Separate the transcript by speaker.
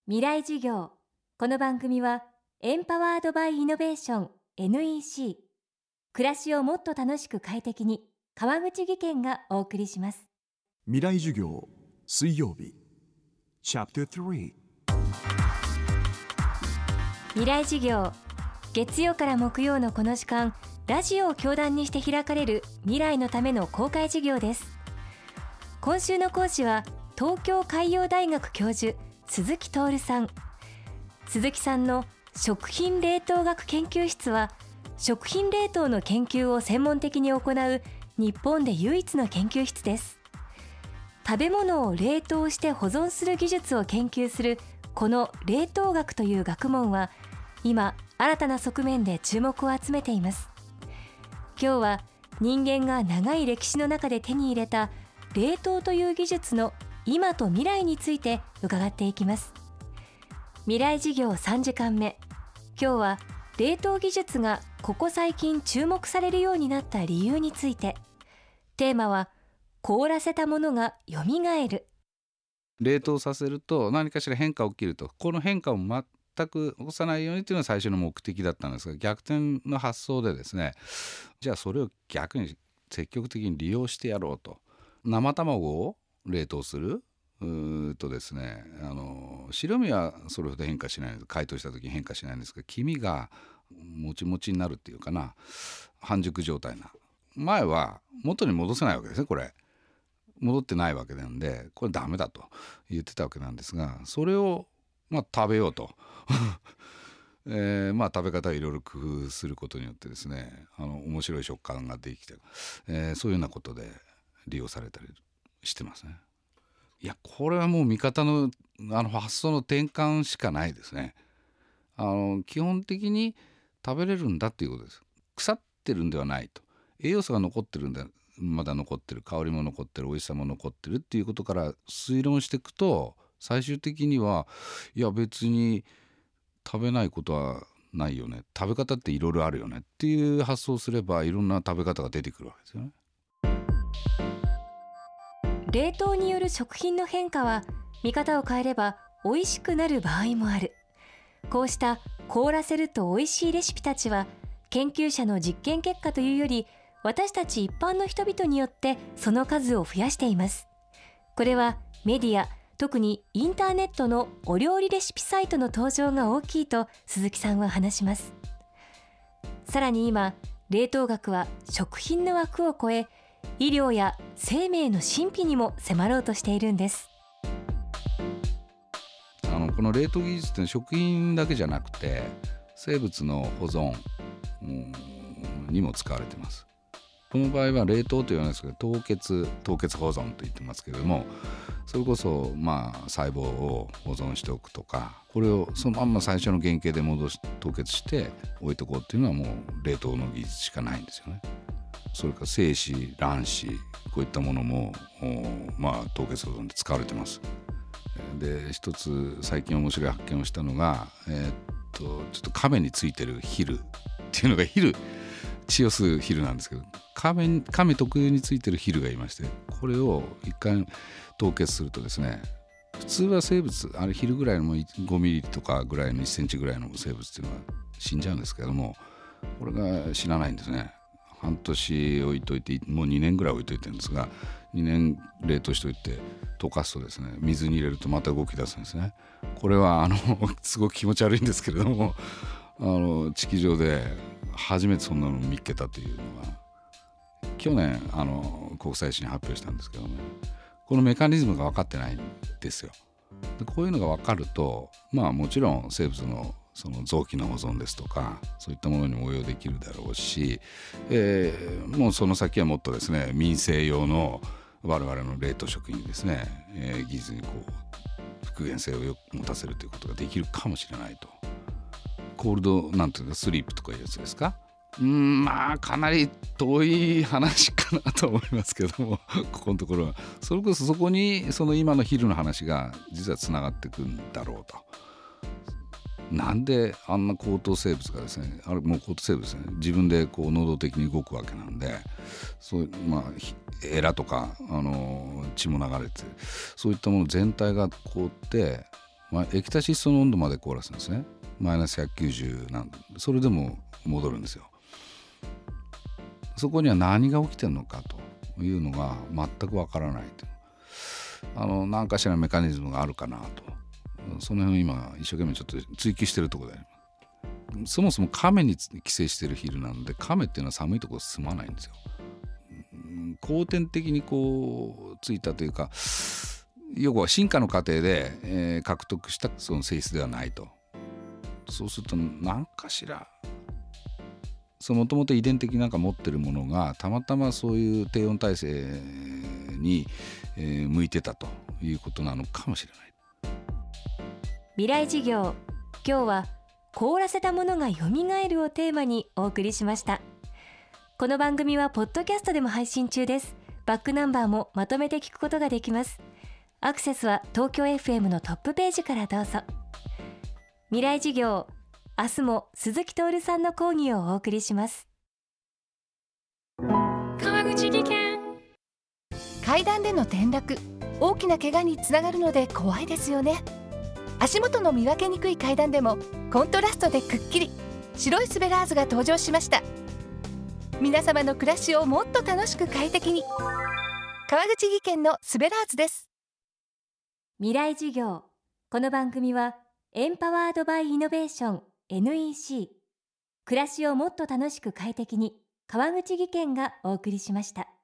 Speaker 1: 未来授業。この番組はエンパワードバイイノベーション NEC 暮らしをもっと楽しく快適に川口義賢がお送りします。
Speaker 2: 未来授業水曜日チャプター3
Speaker 1: 未来授業、月曜から木曜のこの時間、ラジオを教壇にして開かれる未来のための公開授業です。今週の講師は東京海洋大学教授鈴木徹さん。鈴木さんの食品冷凍学研究室は食品冷凍の研究を専門的に行う日本で唯一の研究室です。食べ物を冷凍して保存する技術を研究するこの冷凍学という学問は今新たな側面で注目を集めています。今日は人間が長い歴史の中で手に入れた冷凍という技術の今と未来について伺っていきます。未来授業3時間目。今日は冷凍技術がここ最近注目されるようになった理由について。テーマは凍らせたものがよみがえる。
Speaker 3: 冷凍させると何かしら変化が起きると、この変化を全く起こさないようにというのが最初の目的だったんですが、逆転の発想でですね、じゃあそれを逆に積極的に利用してやろうと。生卵を冷凍するとですね、白身はそれほど変化しないんです。解凍した時に変化しないんですが、黄身がもちもちになるっていうかな、半熟状態な。前は元に戻せないわけですね。これ戻ってないわけなんで、これダメだと言ってたわけなんですが、それを食べようと食べ方をいろいろ工夫することによってですね、面白い食感ができて、そういうようなことで利用されたりしてますね。いや、これはもう見方の発想の転換しかないですね。基本的に食べれるんだっていうことです。腐ってるんではないと。栄養素が残ってるんだ、まだ残ってる、香りも残ってる、美味しさも残ってるっていうことから推論していくと、最終的にはいや別に食べないことはないよね、食べ方っていろいろあるよねっていう発想をすれば、いろんな食べ方が出てくるわけですよね。
Speaker 1: 冷凍による食品の変化は見方を変えれば美味しくなる場合もある。こうした凍らせると美味しいレシピたちは研究者の実験結果というより、私たち一般の人々によってその数を増やしています。これはメディア、特にインターネットのお料理レシピサイトの登場が大きいと鈴木さんは話します。さらに今、冷凍学は食品の枠を超え、医療や生命の神秘にも迫ろうとしているんです。
Speaker 3: この冷凍技術って食品だけじゃなくて生物の保存にも使われています。この場合は冷凍というのはですけど、凍結保存と言ってますけれども、それこそ細胞を保存しておくとか、これをそのまんま最初の原型で凍結して置いとこうっていうのはもう冷凍の技術しかないんですよね。それから精子、卵子、こういったものも凍結保存で使われてます。で、一つ最近面白い発見をしたのが、ちょっと亀についてるヒルっていうのが血を吸うヒルなんですけど、亀特有についてるヒルがいまして、これを一回凍結するとですね、普通は生物ヒルぐらいの5ミリとかぐらいの1センチぐらいの生物っていうのは死んじゃうんですけども、これが死なないんですね。半年置いといて、もう2年ぐらい置いといてるんですが、2年冷凍しておいて溶かすとですね、水に入れるとまた動き出すんですね。これはすごく気持ち悪いんですけれども、地球上で初めてそんなのを見っけたというのが去年国際誌に発表したんですけどね、このメカニズムが分かってないんですよ。でこういうのが分かると、もちろん生物のその臓器の保存ですとか、そういったものにも応用できるだろうし、もうその先はもっとですね、民生用の我々の冷凍食品にですね、技術に復元性を持たせるということができるかもしれないと。コールドなんていうかスリープとかいうやつですか。かなり遠い話かなと思いますけどもここのところはそれこそそこにその今のヒルの話が実はつながってくるんだろうと。なんであんな高等生物がですね、もう高等生物ですね、自分で能動的に動くわけなんで、そうエラとか血も流れて、そういったもの全体が凍って液体窒素の温度まで凍らすんですね。マイナス190なんそれでも戻るんですよ。そこには何が起きてるのかというのが全くわからないと。何かしらのメカニズムがあるかなと、その辺を今一生懸命ちょっと追求してるところであります。そもそも亀に寄生してるヒルなので、亀っていうのは寒いところ住まないんですよ。後天的にこうついたというか、要は進化の過程で、獲得したその性質ではないと。そうすると何かしらもともと遺伝的なんか持ってるものがたまたまそういう低温耐性に、向いてたということなのかもしれない。
Speaker 1: 未来事業、今日は凍らせたものがよみがえるをテーマにお送りしました。この番組はポッドキャストでも配信中です。バックナンバーもまとめて聞くことができます。アクセスは東京 FM のトップページからどうぞ。未来事業、明日も鈴木徹さんの講義をお送りします。
Speaker 4: 川口技研。階段での転落、大きな怪我につながるので怖いですよね。足元の見分けにくい階段でもコントラストでくっきり白いスベラーズが登場しました。皆様の暮らしをもっと楽しく快適に、川口技研のスベラーズです。
Speaker 1: 未来事業、この番組はエンパワードバイイノベーション NEC、 暮らしをもっと楽しく快適に、川口技研がお送りしました。